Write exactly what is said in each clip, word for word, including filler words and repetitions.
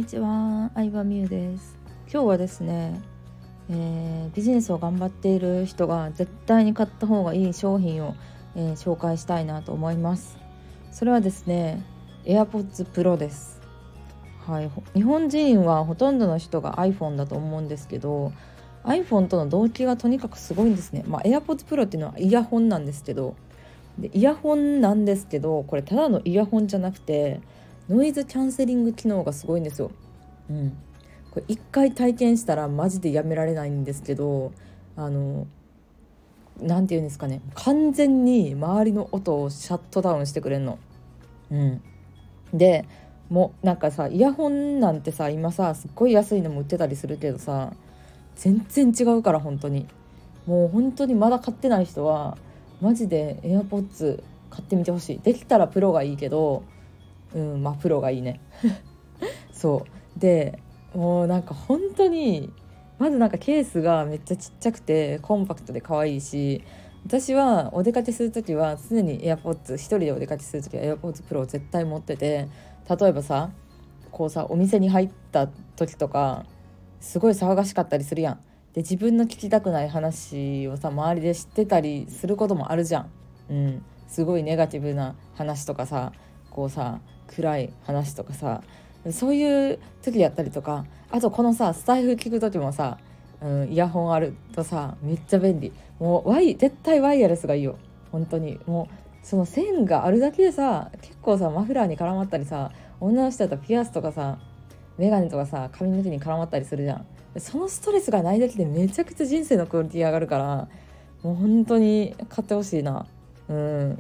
にちは、相葉美優です。今日はですね、えービジネスを頑張っている人が絶対に買った方がいい商品を、えー紹介したいなと思います。それはですね、AirPods Pro です。はい、ほ日本人はほとんどの人が iPhone だと思うんですけど、 iPhone との同期がとにかくすごいんですね。まあ AirPods Pro っていうのはイヤホンなんですけど、でイヤホンなんですけどこれただのイヤホンじゃなくてノイズキャンセリング機能がすごいんですよ。うん、これ一回体験したらマジでやめられないんですけど、あのなんていうんですかね、完全に周りの音をシャットダウンしてくれんの。うん、でもうなんかさ、イヤホンなんてさ今さすっごい安いのも売ってたりするけどさ、全然違うから本当に。もう本当にまだ買ってない人はマジで AirPods 買ってみてほしい。できたらプロがいいけど、うんまあプロがいいね。そうで、もうなんか本当に、まずなんかケースがめっちゃちっちゃくてコンパクトで可愛いし、私はお出かけするときは常に AirPods、 一人でお出かけするときは AirPods Pro を絶対持ってて、例えばさ、こうさお店に入った時とかすごい騒がしかったりするやん。で自分の聞きたくない話をさ周りで知ってたりすることもあるじゃん。うん、すごいネガティブな話とかさ、こうさ暗い話とかさ、そういう時やったりとか、あとこのさスタイフ聞く時もさ、うん、イヤホンあるとさめっちゃ便利。もうワイ絶対ワイヤレスがいいよ本当に。もうその線があるだけでさ、結構さマフラーに絡まったりさ、女の人だったらピアスとかさメガネとかさ髪の毛に絡まったりするじゃん。そのストレスがないだけでめちゃくちゃ人生のクオリティ上がるから、もう本当に買ってほしいな。うん、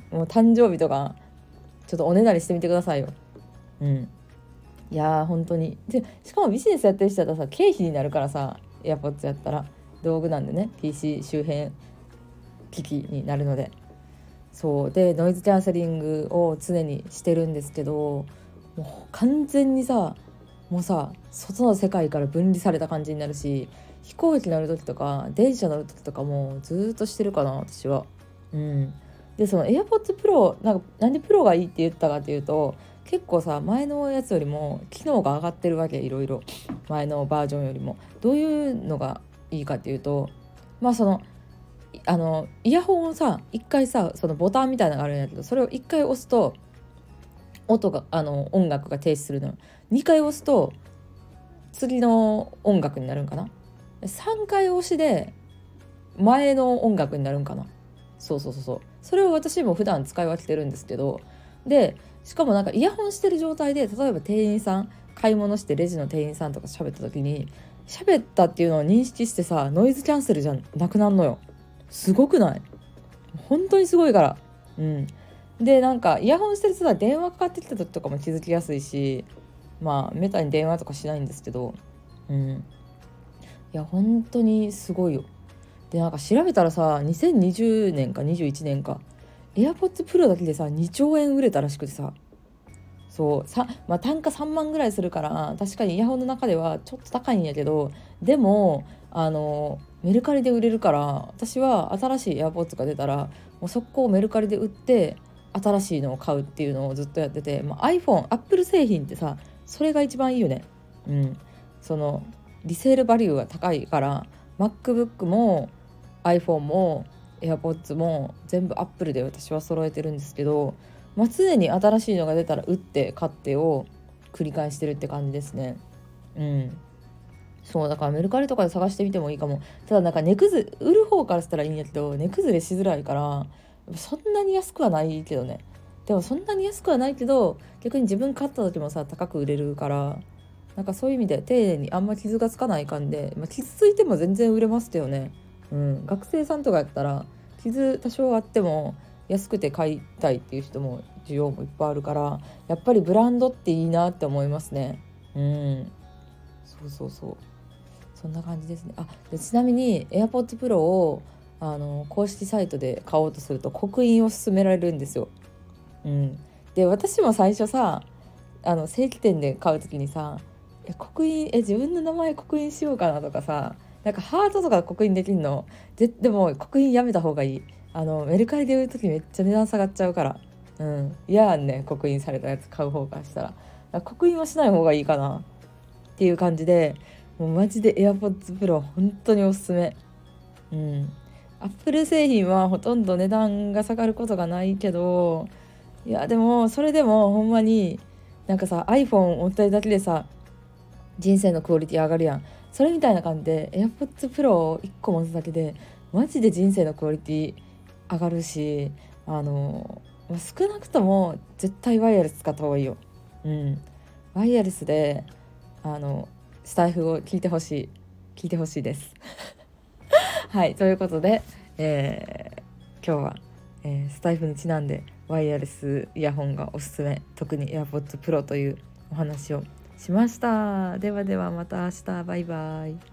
もう誕生日とかちょっとおねだりしてみてくださいよ。うん、いやー本当に。でしかもビジネスやってる人だったらさ経費になるからさ、エアポッツやったら道具なんでね、 ピーシー 周辺機器になるので。そうでノイズキャンセリングを常にしてるんですけど、もう完全にさ、もうさ外の世界から分離された感じになるし、飛行機乗る時とか電車乗る時とかもずっとしてるかな私は。うん、でその AirPods Pro なんかなんでプロがいいって言ったかっていうと、結構さ前のやつよりも機能が上がってるわけ。いろいろ前のバージョンよりも。どういうのがいいかっていうと、まあそのあのイヤホンをさ一回さ、そのボタンみたいなのがあるんやけど、それを一回押すと音があの音楽が停止するの。にかい押すと次の音楽になるんかな。さんかい押しで前の音楽になるんかな。そうそうそうそう、それを私も普段使い分けてるんですけど、でしかもなんかイヤホンしてる状態で、例えば店員さん買い物してレジの店員さんとか喋った時に、喋ったっていうのを認識してさノイズキャンセルじゃなくなるのよ。すごくない？本当にすごいから。うん。でなんかイヤホンしてる人は電話かかってきた時とかも気づきやすいし、まあめったに電話とかしないんですけど、うん、いや本当にすごいよ。でなんか調べたらさ、にせんにじゅうねんかにじゅういちねんか AirPods Pro だけでさにちょうえん売れたらしくてさ、そうさ、まあ、単価さんまんぐらいするから確かにイヤホンの中ではちょっと高いんやけど、でもあのメルカリで売れるから、私は新しい AirPods が出たらもう速攻メルカリで売って新しいのを買うっていうのをずっとやってて、まあ、iPhone、Apple 製品ってさそれが一番いいよね。うん、そのリセールバリューが高いから MacBook も iPhone も AirPods も全部 Apple で私は揃えてるんですけど、まあ、常に新しいのが出たら打って買ってを繰り返してるって感じですね。うん、そうだからメルカリとかで探してみてもいいかも。ただなんか値崩れ売る方からしたらいいんやけど、値崩れしづらいからそんなに安くはないけどね。でもそんなに安くはないけど逆に自分買った時もさ高く売れるから、なんかそういう意味で丁寧にあんま傷がつかない感じで、まあ、傷ついても全然売れますよね。うん、学生さんとかやったら傷多少あっても安くて買いたいっていう人も需要もいっぱいあるから、やっぱりブランドっていいなって思いますね。うん、そうそうそう、そんな感じですね。あでちなみに AirPods Pro をあの公式サイトで買おうとすると刻印を勧められるんですよ。うん、で私も最初さあの正規店で買う時にさ、え刻印え自分の名前刻印しようかなとかさ、なんかハートとか刻印できんの。ぜでも刻印やめた方がいい。あのメルカリで売る時めっちゃ値段下がっちゃうから。うん、嫌やんね刻印されたやつ買う方からしたら。だから刻印はしない方がいいかな。 っていう感じで、もうマジで AirPods Pro 本当におすすめ。うん、Apple 製品はほとんど値段が下がることがないけど、いやでもそれでもほんまになんかさ iPhone 持ってるだけでさ人生のクオリティ上がるやん。それみたいな感じで AirPods Pro をいっこ持つだけでマジで人生のクオリティ上がるし、あの少なくとも絶対ワイヤレス使った方がいいよ。うん、ワイヤレスであのスタイフを聞いてほしい聞いてほしいですはい、ということで、えー、今日は、えー、スタイフにちなんでワイヤレスイヤホンがおすすめ、特に AirPods Pro というお話をしました。ではではまた明日、バイバイ。